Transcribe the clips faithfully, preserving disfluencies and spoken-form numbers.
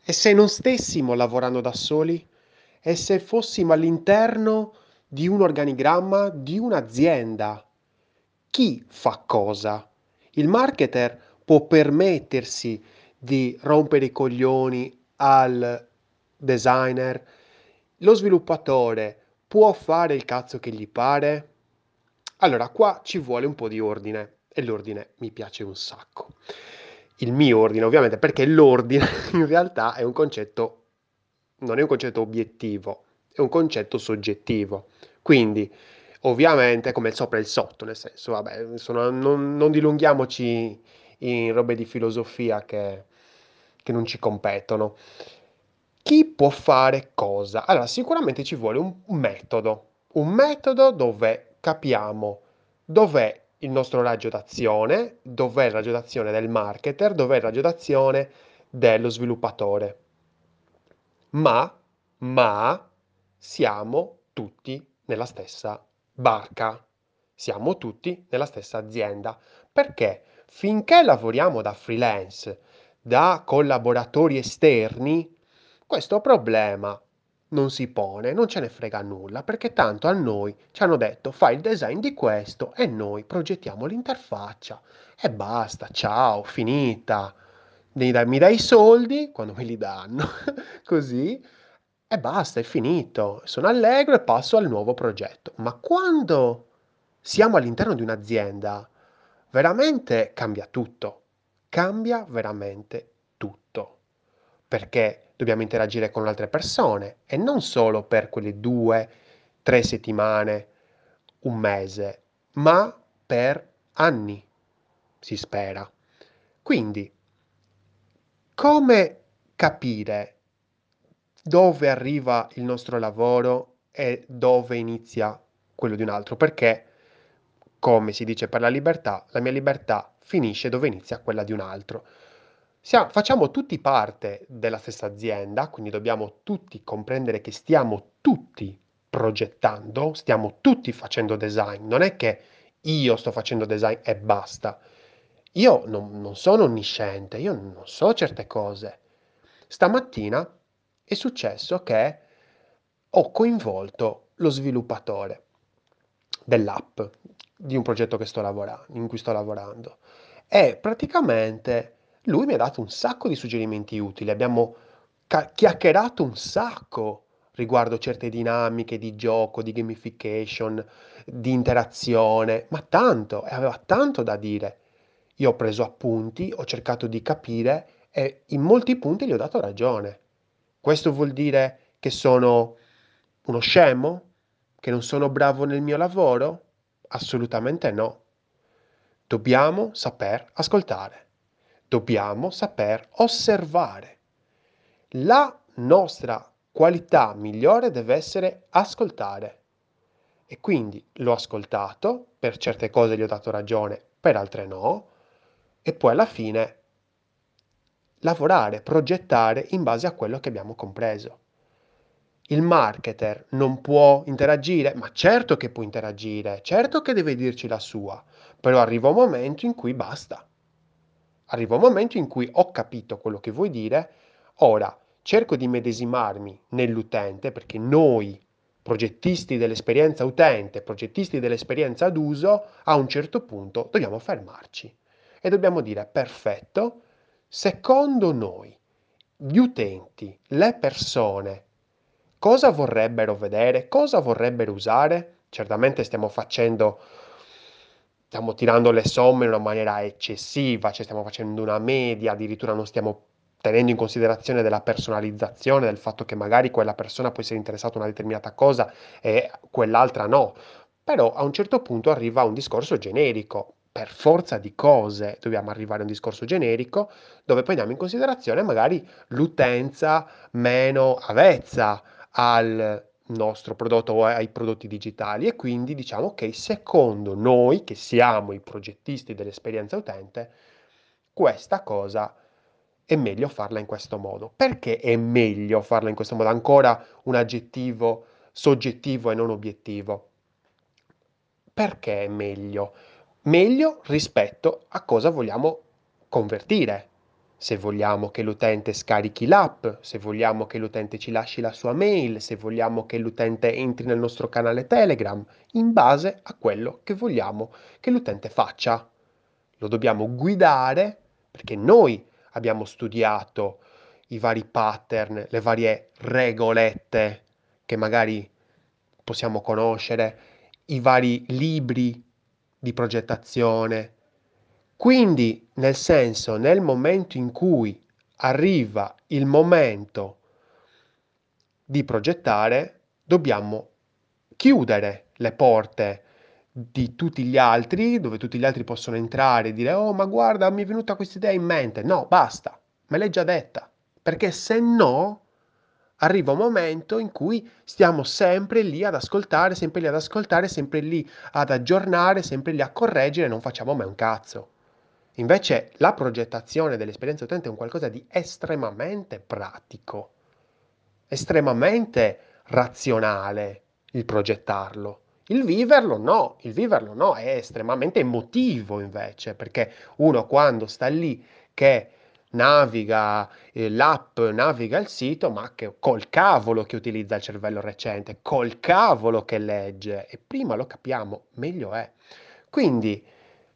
E se non stessimo lavorando da soli? E se fossimo all'interno di un organigramma di un'azienda? Chi fa cosa? Il marketer può permettersi di rompere i coglioni al designer? Lo sviluppatore può fare il cazzo che gli pare? Allora, qua ci vuole un po' di ordine e l'ordine mi piace un sacco. Il mio ordine, ovviamente, perché l'ordine in realtà è un concetto, non è un concetto obiettivo, è un concetto soggettivo. Quindi, ovviamente, come il sopra e il sotto, nel senso, vabbè, sono- non, non dilunghiamoci in robe di filosofia che, che non ci competono. Chi può fare cosa? Allora, sicuramente ci vuole un un metodo, un metodo dove capiamo dov'è il nostro raggio d'azione, dov'è il raggio d'azione del marketer, dov'è il raggio d'azione dello sviluppatore. Ma, ma siamo tutti nella stessa barca, siamo tutti nella stessa azienda. Perché finché lavoriamo da freelance, da collaboratori esterni, questo problema non si pone, non ce ne frega nulla, perché tanto a noi ci hanno detto fai il design di questo e noi progettiamo l'interfaccia e basta, ciao, finita. Mi dai, mi dai i soldi quando me li danno, così e basta, è finito. Sono allegro e passo al nuovo progetto. Ma quando siamo all'interno di un'azienda, veramente cambia tutto. Cambia veramente tutto. Perché dobbiamo interagire con altre persone e non solo per quelle due, tre settimane, un mese, ma per anni, si spera. Quindi, come capire dove arriva il nostro lavoro e dove inizia quello di un altro? Perché, come si dice per la libertà, la mia libertà finisce dove inizia quella di un altro. Sia- facciamo tutti parte della stessa azienda, quindi dobbiamo tutti comprendere che stiamo tutti progettando, stiamo tutti facendo design. Non è che io sto facendo design e basta. Io non, non sono onnisciente, io non so certe cose. Stamattina è successo che ho coinvolto lo sviluppatore dell'app di un progetto che sto lavorando, in cui sto lavorando. E praticamente lui mi ha dato un sacco di suggerimenti utili. Abbiamo ca- chiacchierato un sacco riguardo certe dinamiche di gioco, di gamification, di interazione, ma tanto, e aveva tanto da dire. Io ho preso appunti, ho cercato di capire e in molti punti gli ho dato ragione. Questo vuol dire che sono uno scemo? Che non sono bravo nel mio lavoro? Assolutamente no. Dobbiamo saper ascoltare. Dobbiamo saper osservare. La nostra qualità migliore deve essere ascoltare. E quindi l'ho ascoltato, per certe cose gli ho dato ragione, per altre no, e poi alla fine lavorare, progettare in base a quello che abbiamo compreso. Il marketer non può interagire? Ma certo che può interagire, certo che deve dirci la sua, però arriva un momento in cui basta. Arriva un momento in cui ho capito quello che vuoi dire, ora cerco di medesimarmi nell'utente perché noi, progettisti dell'esperienza utente, progettisti dell'esperienza d'uso, a un certo punto dobbiamo fermarci e dobbiamo dire perfetto, secondo noi, gli utenti, le persone, cosa vorrebbero vedere, cosa vorrebbero usare? Certamente stiamo facendo, stiamo tirando le somme in una maniera eccessiva, cioè stiamo facendo una media, addirittura non stiamo tenendo in considerazione della personalizzazione, del fatto che magari quella persona può essere interessata a una determinata cosa e quell'altra no. Però a un certo punto arriva un discorso generico. Per forza di cose dobbiamo arrivare a un discorso generico dove prendiamo in considerazione magari l'utenza meno avvezza al nostro prodotto o ai prodotti digitali e quindi diciamo che secondo noi che siamo i progettisti dell'esperienza utente, questa cosa è meglio farla in questo modo. Perché è meglio farla in questo modo? Ancora un aggettivo soggettivo e non obiettivo. Perché è meglio? Meglio rispetto a cosa vogliamo convertire. se vogliamo che l'utente scarichi l'app, se vogliamo che l'utente ci lasci la sua mail, se vogliamo che l'utente entri nel nostro canale Telegram, in base a quello che vogliamo che l'utente faccia. Lo dobbiamo guidare perché noi abbiamo studiato i vari pattern, le varie regolette che magari possiamo conoscere, i vari libri di progettazione. Quindi, nel senso, nel momento in cui arriva il momento di progettare, dobbiamo chiudere le porte di tutti gli altri, dove tutti gli altri possono entrare e dire: "Oh, ma guarda, mi è venuta questa idea in mente." No, basta, me l'hai già detta. Perché se no, arriva un momento in cui stiamo sempre lì ad ascoltare, sempre lì ad ascoltare, sempre lì ad aggiornare, sempre lì a correggere e non facciamo mai un cazzo. Invece la progettazione dell'esperienza utente è un qualcosa di estremamente pratico, estremamente razionale il progettarlo. Il viverlo no, il viverlo no, è estremamente emotivo invece, perché uno quando sta lì che naviga eh, l'app, naviga il sito, ma che col cavolo che utilizza il cervello recente, col cavolo che legge, e prima lo capiamo, meglio è. Quindi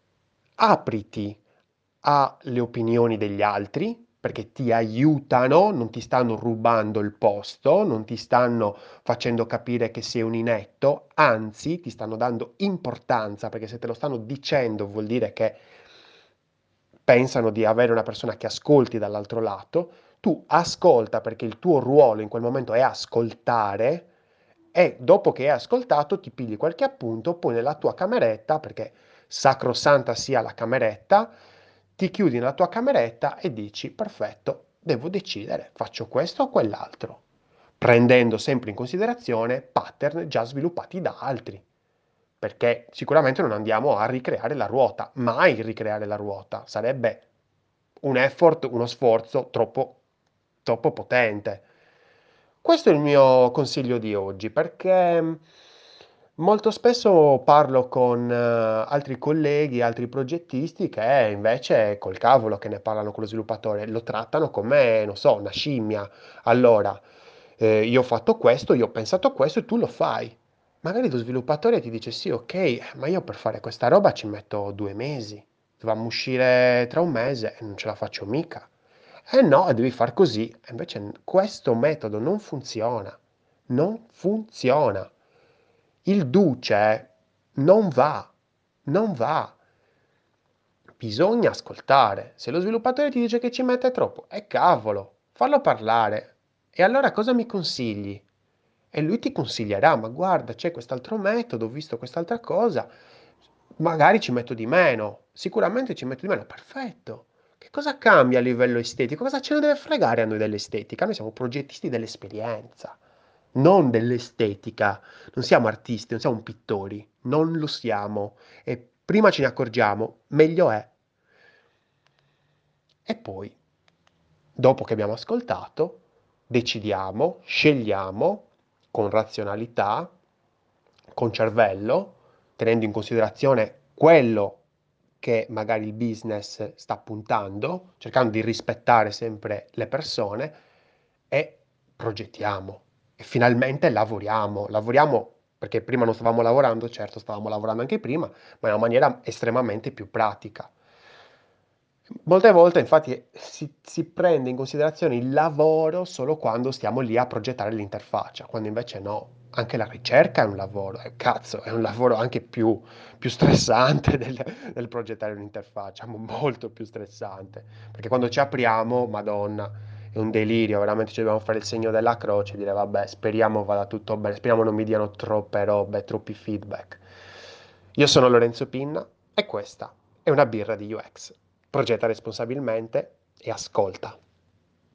apriti alle opinioni degli altri, perché ti aiutano, non ti stanno rubando il posto, non ti stanno facendo capire che sei un inetto, anzi ti stanno dando importanza, perché se te lo stanno dicendo vuol dire che pensano di avere una persona che ascolti dall'altro lato. Tu ascolta perché il tuo ruolo in quel momento è ascoltare, e dopo che hai ascoltato ti pigli qualche appunto, poi nella tua cameretta, perché sacrosanta sia la cameretta, ti chiudi nella tua cameretta e dici: perfetto, devo decidere, faccio questo o quell'altro, prendendo sempre in considerazione pattern già sviluppati da altri, perché sicuramente non andiamo a ricreare la ruota, mai ricreare la ruota, sarebbe un effort, uno sforzo troppo, troppo potente. Questo è il mio consiglio di oggi, perché mh, molto spesso parlo con eh, altri colleghi, altri progettisti che invece col cavolo che ne parlano con lo sviluppatore, lo trattano come, non so, una scimmia. Allora, eh, io ho fatto questo, io ho pensato a questo e tu lo fai. Magari lo sviluppatore ti dice: sì, ok, ma io per fare questa roba ci metto due mesi, dovevamo uscire tra un mese e non ce la faccio mica. Eh no, devi far così. E invece n- questo metodo non funziona. Non funziona. Il duce non va. Non va. Bisogna ascoltare. Se lo sviluppatore ti dice che ci mette troppo, è cavolo, fallo parlare. E allora cosa mi consigli? E lui ti consiglierà: ma guarda, c'è quest'altro metodo, ho visto quest'altra cosa, magari ci metto di meno, sicuramente ci metto di meno, perfetto. Che cosa cambia a livello estetico? Cosa ce ne deve fregare a noi dell'estetica? Noi siamo progettisti dell'esperienza, non dell'estetica. Non siamo artisti, non siamo pittori, non lo siamo. E prima ce ne accorgiamo, meglio è. E poi, dopo che abbiamo ascoltato, decidiamo, scegliamo con razionalità, con cervello, tenendo in considerazione quello che magari il business sta puntando, cercando di rispettare sempre le persone, e progettiamo. E finalmente lavoriamo. Lavoriamo perché prima non stavamo lavorando, certo stavamo lavorando anche prima, ma in una maniera estremamente più pratica. Molte volte infatti si, si prende in considerazione il lavoro solo quando stiamo lì a progettare l'interfaccia, quando invece no, anche la ricerca è un lavoro, e cazzo, è un lavoro anche più, più stressante del, del progettare un'interfaccia, mo- molto più stressante, perché quando ci apriamo, Madonna, è un delirio, veramente ci dobbiamo fare il segno della croce e dire: vabbè, speriamo vada tutto bene, speriamo non mi diano troppe robe, troppi feedback. Io sono Lorenzo Pinna e questa è una birra di U X. Progetta responsabilmente e ascolta.